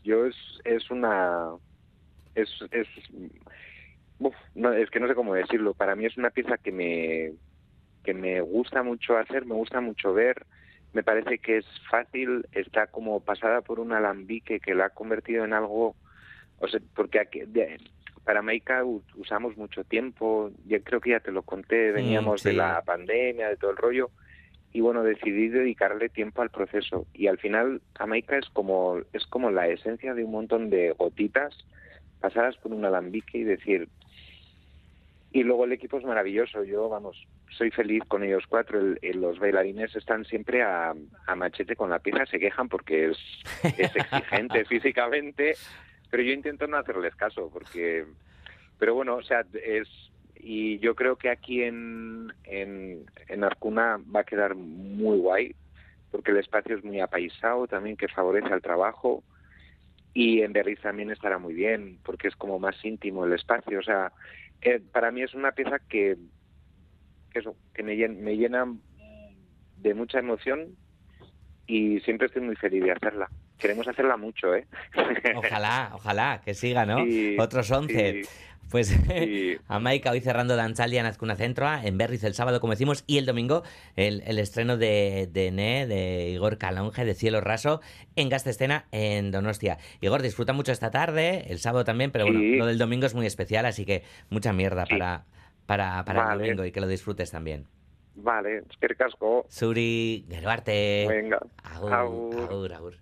Es que no sé cómo decirlo. Para mí es una pieza que me gusta mucho hacer, me gusta mucho ver. Me parece que es fácil, está como pasada por un alambique que la ha convertido en algo, o sea, porque para Amaika usamos mucho tiempo. Yo creo que ya te lo conté, veníamos de la pandemia, de todo el rollo, y bueno, decidí dedicarle tiempo al proceso. Y al final Amaika es como la esencia de un montón de gotitas pasadas por un alambique y decir... Y luego el equipo es maravilloso. Yo, soy feliz con ellos 4. Los bailarines están siempre a machete con la pieza, se quejan porque es exigente físicamente, pero yo intento no hacerles caso, porque... Pero bueno, o sea, y yo creo que aquí en Azkuna va a quedar muy guay, porque el espacio es muy apaisado también, que favorece al trabajo. Y en Berriz también estará muy bien, porque es como más íntimo el espacio. O sea, para mí es una pieza que me llena de mucha emoción, y siempre estoy muy feliz de hacerla. Queremos hacerla mucho, ¿eh? Ojalá, que siga, ¿no? Sí, otros 11. Sí. Pues Amaika hoy cerrando Dantzaldia en Azkuna Centroa, en Berriz el sábado, como decimos, y el domingo el estreno de NE, de Igor Calonge, de Cielo Raso, en Gazte-Escena, en Donostia. Igor, disfruta mucho esta tarde, el sábado también, pero bueno, lo del domingo es muy especial, así que mucha mierda para el domingo, y que lo disfrutes también. Vale, eskerrik asko. Zuri, gero arte. Venga, agur.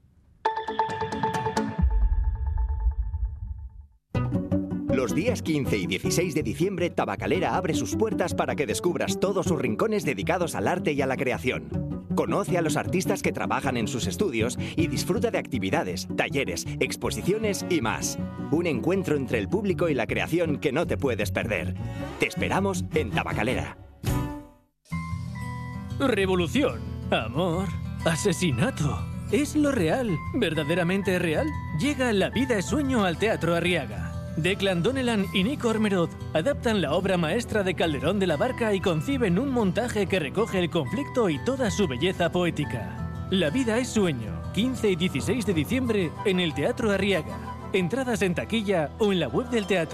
Los días 15 y 16 de diciembre, Tabacalera abre sus puertas para que descubras todos sus rincones dedicados al arte y a la creación. Conoce a los artistas que trabajan en sus estudios y disfruta de actividades, talleres, exposiciones y más. Un encuentro entre el público y la creación que no te puedes perder. Te esperamos en Tabacalera. Revolución, amor, asesinato. ¿Es lo real? ¿Verdaderamente real? Llega La vida es sueño al Teatro Arriaga. Declan Donnellan y Nick Ormerod adaptan la obra maestra de Calderón de la Barca y conciben un montaje que recoge el conflicto y toda su belleza poética. La vida es sueño, 15 y 16 de diciembre en el Teatro Arriaga. Entradas en taquilla o en la web del teatro.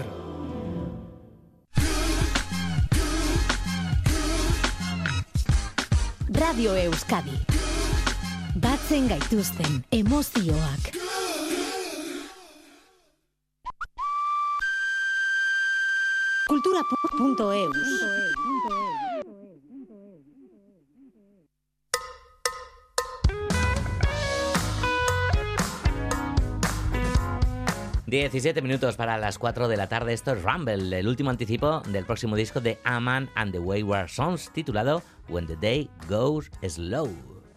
Radio Euskadi. Batzen gaituzten emozioak. Kultura.eus. ...17 minutos para las 4 de la tarde. Esto es Rumble, el último anticipo del próximo disco de Aman and the Wayward Sons, titulado When the Day Goes Slow.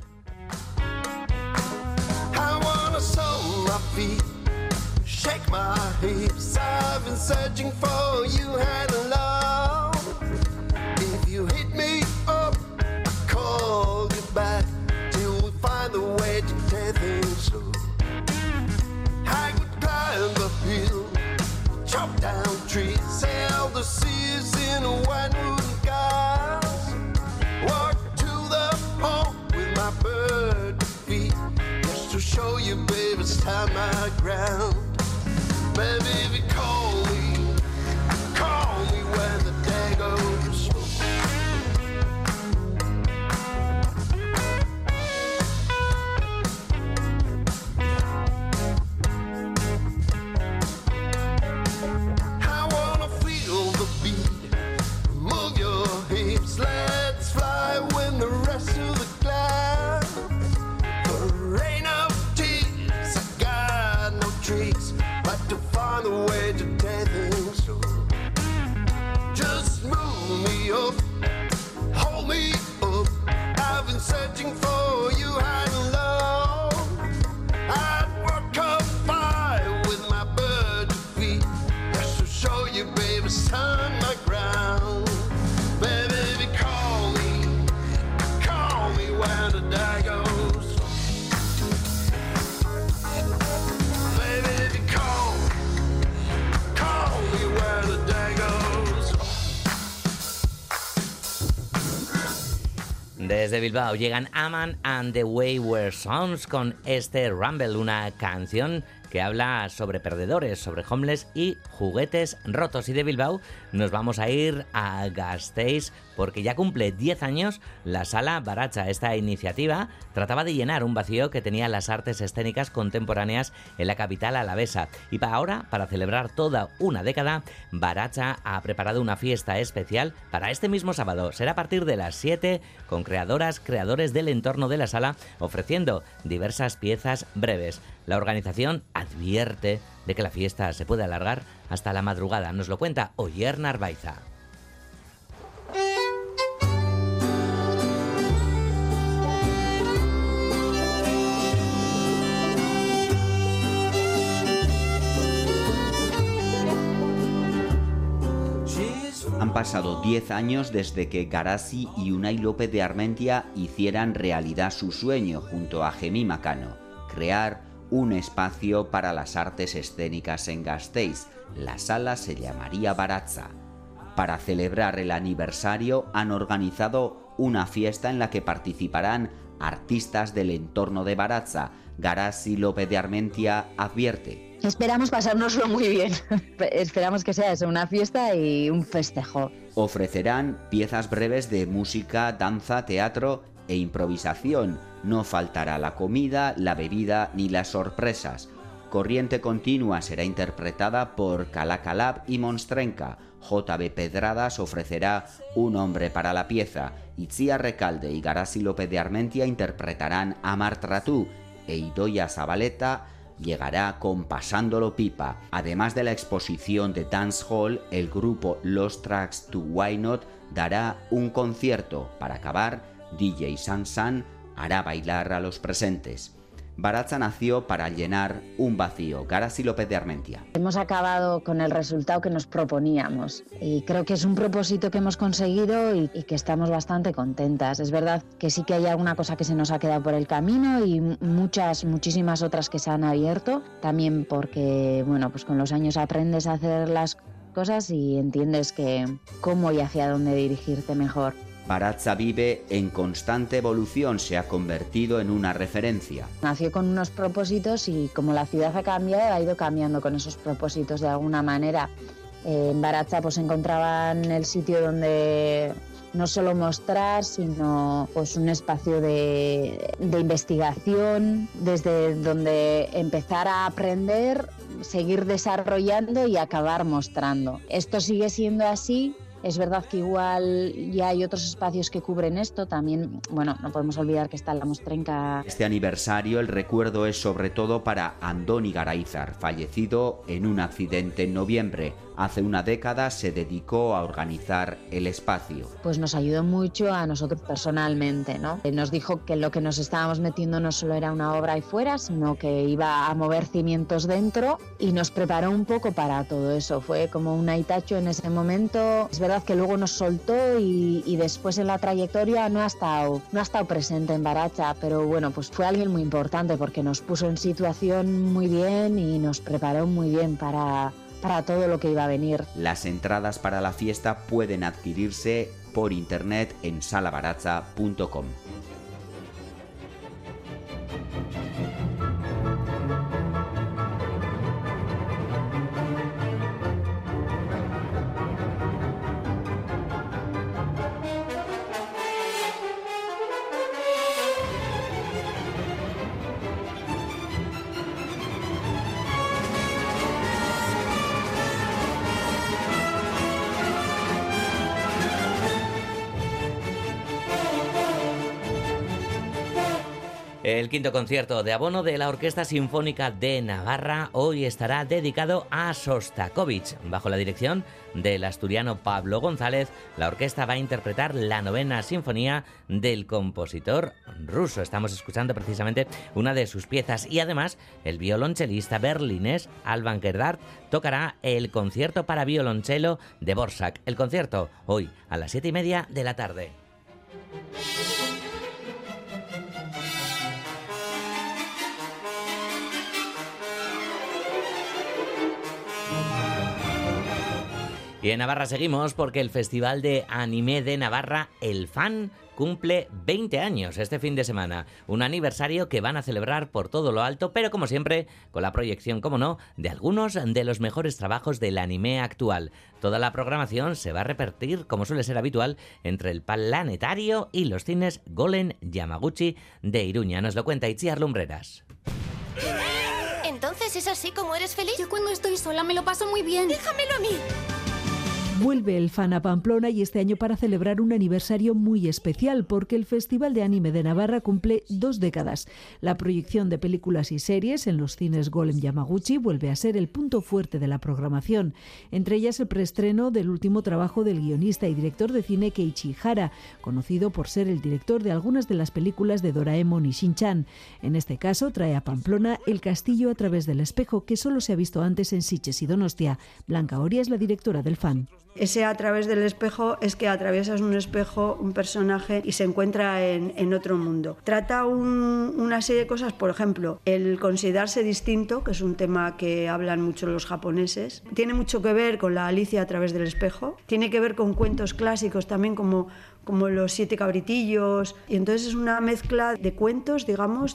I wanna soul my feet, shake my hips. I've been searching for you and love. If you hit me up, I call you back till we find a way to take things slow. I could climb the hill, chop down trees, sail the seas in a white wooden cars, walk to the pole with my bird feet, just to show you, baby, stand my ground. Baby, if you call me when the day goes slow. me up, hold me up. I've been searching for you high and low. I'd walk up by with my bird feet just to show you, baby, stand my ground. Baby, call me when the day goes. Baby, call me when the day goes. Desde Bilbao llegan Aman and the Wayward Sons con este Rumble, una canción que habla sobre perdedores, sobre homeless y juguetes rotos. Y de Bilbao nos vamos a ir a Gasteiz porque ya cumple 10 años la Sala Baratza. Esta iniciativa trataba de llenar un vacío que tenían las artes escénicas contemporáneas en la capital alavesa. Y para celebrar toda una década, Baratza ha preparado una fiesta especial para este mismo sábado. Será a partir de las 7 con creadores del entorno de la sala ofreciendo diversas piezas breves. La organización advierte de que la fiesta se puede alargar hasta la madrugada. Nos lo cuenta Oyer Narvaiza. Han pasado 10 años desde que Garazi y Unai López de Armentia hicieran realidad su sueño junto a Gemí Macano, crear un espacio para las artes escénicas en Gasteiz. La sala se llamaría Baratza. Para celebrar el aniversario han organizado una fiesta en la que participarán artistas del entorno de Baratza. Garazi López de Armentia advierte: esperamos pasárnoslo muy bien. Esperamos que sea eso, una fiesta y un festejo. Ofrecerán piezas breves de música, danza, teatro e improvisación. No faltará la comida, la bebida ni las sorpresas. Corriente Continua será interpretada por Calacalab y Monstrenca. JB Pedradas ofrecerá Un hombre para la pieza. Itziar Recalde y Garazi López de Armentia interpretarán Amar Tratú e Idoia Zabaleta llegará con Pasándolo Pipa. Además de la exposición de Dance Hall, el grupo Lost Tracks to Why Not dará un concierto. Para acabar, DJ San hará bailar a los presentes. Baratza nació para llenar un vacío. Garazi López de Armentia. Hemos acabado con el resultado que nos proponíamos y creo que es un propósito que hemos conseguido y que estamos bastante contentas. Es verdad que sí que hay alguna cosa que se nos ha quedado por el camino y muchísimas otras que se han abierto, también porque, bueno, pues con los años aprendes a hacer las cosas y entiendes que cómo y hacia dónde dirigirte mejor. Baratza vive en constante evolución, se ha convertido en una referencia. Nació con unos propósitos y como la ciudad ha cambiado, ha ido cambiando con esos propósitos de alguna manera. En Baratza pues encontraban el sitio donde no solo mostrar, sino pues un espacio de investigación, desde donde empezar a aprender, seguir desarrollando y acabar mostrando. Esto sigue siendo así. Es verdad que igual ya hay otros espacios que cubren esto, también, bueno, no podemos olvidar que está la Mostrenca. Este aniversario, el recuerdo es sobre todo para Andoni Garaizar, fallecido en un accidente en noviembre. Hace una década se dedicó a organizar el espacio. Pues nos ayudó mucho a nosotros personalmente, ¿no? Nos dijo que lo que nos estábamos metiendo no solo era una obra ahí fuera, sino que iba a mover cimientos dentro y nos preparó un poco para todo eso. Fue como un aitacho en ese momento. Es verdad que luego nos soltó y después en la trayectoria no ha estado presente en Baratza, pero bueno, pues fue alguien muy importante porque nos puso en situación muy bien y nos preparó muy bien para todo lo que iba a venir. Las entradas para la fiesta pueden adquirirse por internet en salabaratza.com. El quinto concierto de abono de la Orquesta Sinfónica de Navarra hoy estará dedicado a Sostakovich. Bajo la dirección del asturiano Pablo González, la orquesta va a interpretar la 9ª sinfonía del compositor ruso. Estamos escuchando precisamente una de sus piezas y además el violonchelista berlinés Alban Gerdart tocará el concierto para violonchelo de Dvorak. El concierto hoy a las 7:30 de la tarde. Y en Navarra seguimos porque el Festival de Anime de Navarra, el FAN, cumple 20 años este fin de semana. Un aniversario que van a celebrar por todo lo alto, pero como siempre, con la proyección, como no, de algunos de los mejores trabajos del anime actual. Toda la programación se va a repartir, como suele ser habitual, entre el Planetario y los cines Golem Yamaguchi de Iruña. Nos lo cuenta Itziar Lumbreras. ¿Entonces es así como eres feliz? Yo cuando estoy sola me lo paso muy bien. ¡Déjamelo a mí! Vuelve el FAN a Pamplona y este año para celebrar un aniversario muy especial porque el Festival de Anime de Navarra cumple 2 décadas. La proyección de películas y series en los cines Golem Yamaguchi vuelve a ser el punto fuerte de la programación. Entre ellas el preestreno del último trabajo del guionista y director de cine Keiichi Hara, conocido por ser el director de algunas de las películas de Doraemon y Shin-chan. En este caso trae a Pamplona El castillo a través del espejo, que solo se ha visto antes en Sitges y Donostia. Blanca Oria es la directora del FAN. Ese a través del espejo es que atraviesas un espejo, un personaje, y se encuentra en otro mundo. Trata una serie de cosas, por ejemplo, el considerarse distinto, que es un tema que hablan mucho los japoneses. Tiene mucho que ver con la Alicia a través del espejo. Tiene que ver con cuentos clásicos también, como los 7 cabritillos. Y entonces es una mezcla de cuentos, digamos.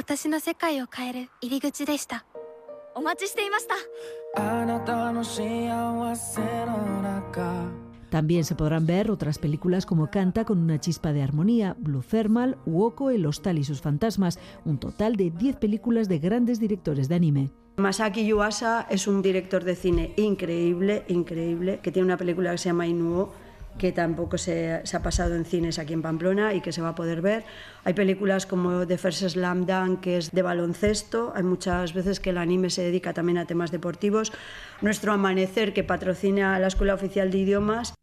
También se podrán ver otras películas como Canta con una chispa de armonía, Blue Thermal, Uoko, El hostal y sus fantasmas, un total de 10 películas de grandes directores de anime. Masaki Yuasa es un director de cine increíble, que tiene una película que se llama Inuo, que tampoco se ha pasado en cines aquí en Pamplona y que se va a poder ver. Hay películas como The First Slam Dunk, que es de baloncesto. Hay muchas veces que el anime se dedica también a temas deportivos. Nuestro Amanecer, que patrocina la Escuela Oficial de Idiomas.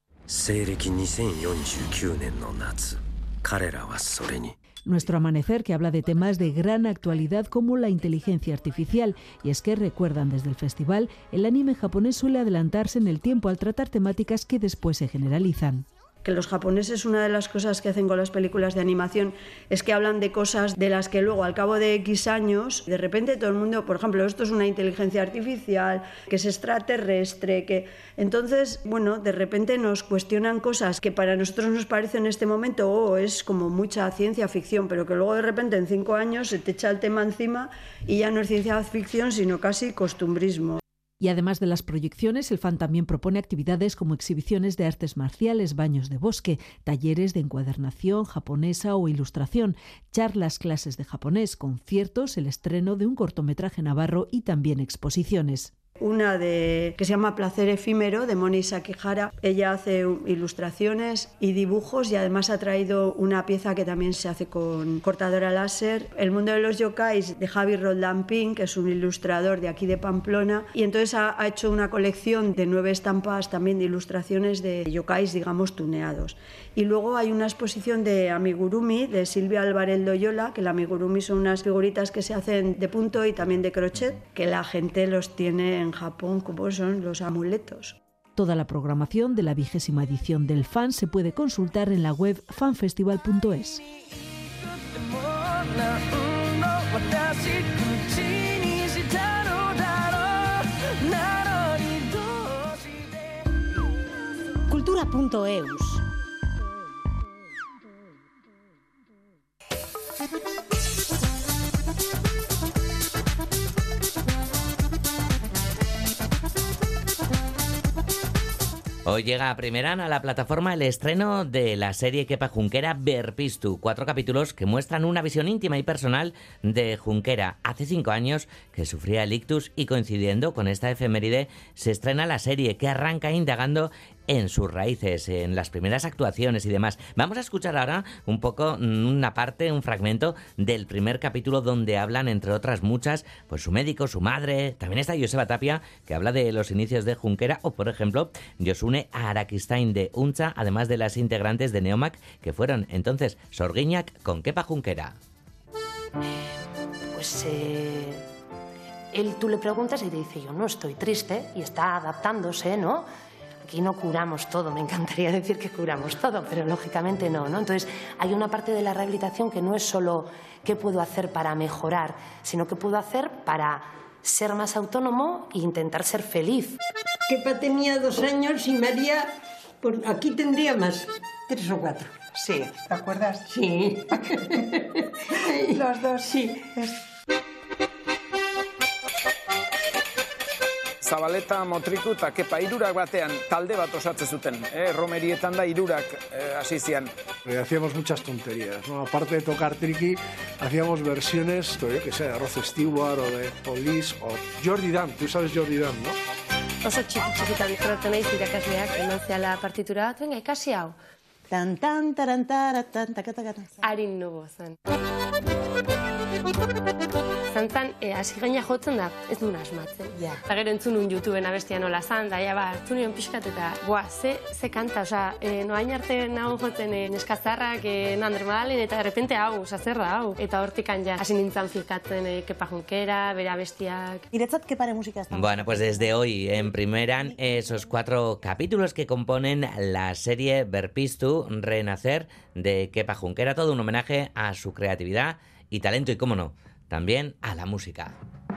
Nuestro Amanecer, que habla de temas de gran actualidad como la inteligencia artificial. Y es que, recuerdan desde el festival, el anime japonés suele adelantarse en el tiempo al tratar temáticas que después se generalizan. Que los japoneses, una de las cosas que hacen con las películas de animación es que hablan de cosas de las que luego, al cabo de X años, de repente todo el mundo, por ejemplo, esto es una inteligencia artificial, que es extraterrestre, que entonces, bueno, de repente nos cuestionan cosas que para nosotros nos parece en este momento, es como mucha ciencia ficción, pero que luego de repente en 5 años se te echa el tema encima y ya no es ciencia ficción, sino casi costumbrismo. Y además de las proyecciones, el FAN también propone actividades como exhibiciones de artes marciales, baños de bosque, talleres de encuadernación japonesa o ilustración, charlas, clases de japonés, conciertos, el estreno de un cortometraje navarro y también exposiciones. Una que se llama Placer Efímero, de Moni Sakihara. Ella hace ilustraciones y dibujos y además ha traído una pieza que también se hace con cortadora láser. El mundo de los yokais, de Javi Roldán Pink, que es un ilustrador de aquí de Pamplona. Y entonces ha hecho una colección de 9 estampas también de ilustraciones de yokais, digamos, tuneados. Y luego hay una exposición de amigurumi, de Silvia Álvarez Loyola, que el amigurumi son unas figuritas que se hacen de punto y también de crochet, que la gente los tiene en Japón como son los amuletos. Toda la programación de la 20ª edición del FAN se puede consultar en la web fanfestival.es. Cultura.eus. Hoy llega a Primeran a la plataforma el estreno de la serie Kepa Junquera Berpiztu, 4 capítulos que muestran una visión íntima y personal de Junquera. Hace 5 años que sufría el ictus y coincidiendo con esta efeméride se estrena la serie que arranca indagando en sus raíces, en las primeras actuaciones y demás. Vamos a escuchar ahora un poco una parte, un fragmento del primer capítulo donde hablan, entre otras muchas, pues su médico, su madre. También está Joseba Tapia, que habla de los inicios de Junquera, o por ejemplo, Josune Arakistain de Untza, además de las integrantes de Neomak, que fueron entonces Sorgiñak con Kepa Junquera. Pues él, tú le preguntas y te dice, yo no estoy triste, y está adaptándose, ¿no? Aquí no curamos todo, me encantaría decir que curamos todo, pero lógicamente no, ¿no? Entonces, hay una parte de la rehabilitación que no es solo qué puedo hacer para mejorar, sino qué puedo hacer para ser más autónomo e intentar ser feliz. Kepa tenía 2 años y María, por aquí tendría más, 3 o 4. Sí. ¿Te acuerdas? Sí. Los dos. Sí. Zabaleta, Motriku eta Kepa hirurak batean talde bat osatzen zuten. Romerietan da hirurak hasi zian. Hacíamos muchas tonterías, ¿no? Aparte de tocar triqui, hacíamos versiones, yo que sé, de Rod Stewart o de Police o Jordi Dan. Tú sabes Jordi Dan, ¿no? Oso txikitan jorratzen naiz irakasleak eman zehala partitura bat, venga, ikasi hau. Tan tan tarantara tan takataka. Arin nubo zen. Zantzan, hasi gaina jotzen da, ez duen asmatzen. Ja. Eta gero entzunun YouTubeen abestia nola zan, da, ja, hartzunion pixkat eta, ze kanta, oza, noain arte nago jotzen neskazarrak, Ander Madalen, eta de repente hau, zer da, hau. Eta hortikan ja, hasi nintzen filkatzen Kepa Junquera, bere abestiak. Iretzat Keparen musika ez da. Bueno, pues desde hoy primeran esos 4 capítulos que componen la serie Berpiztu, Renacer, de Kepa Junquera, todo un homenaje a su creatividad y talento y, cómo no, también a la música.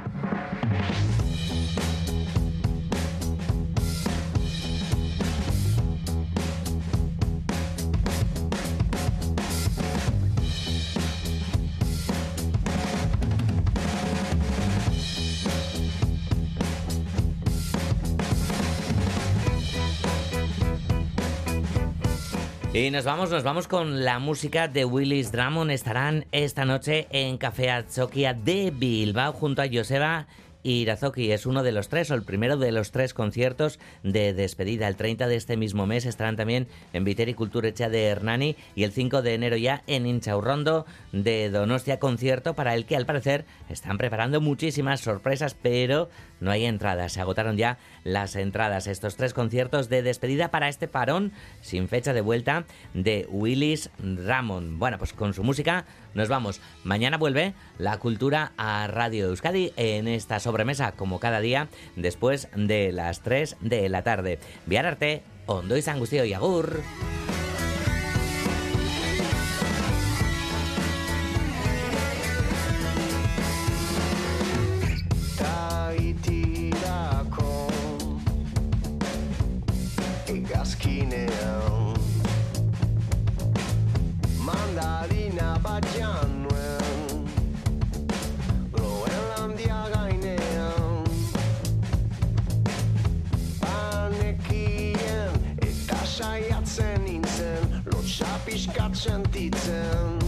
Y nos vamos con la música de Willis Drummond. Estarán esta noche en Café Atzokia de Bilbao junto a Joseba Irazoki. Es uno de los 3, o el primero de los 3 conciertos de despedida. El 30 de este mismo mes estarán también en Viteri Kulturetxea de Hernani y el 5 de enero ya en Intxaurrondo de Donostia, concierto para el que al parecer están preparando muchísimas sorpresas, pero no hay entradas. Se agotaron ya las entradas. Estos 3 conciertos de despedida para este parón sin fecha de vuelta de Willis Drummond. Bueno, pues con su música nos vamos. Mañana vuelve la cultura a Radio Euskadi en esta sobremesa, como cada día, después de las 3 de la tarde. Bihar arte, ondo izan guztioi, agur! Mandarina bat jan nuen, Groenlandia gainean, banekien eta saiatzen nintzen, lotsa pixkat sentitzen.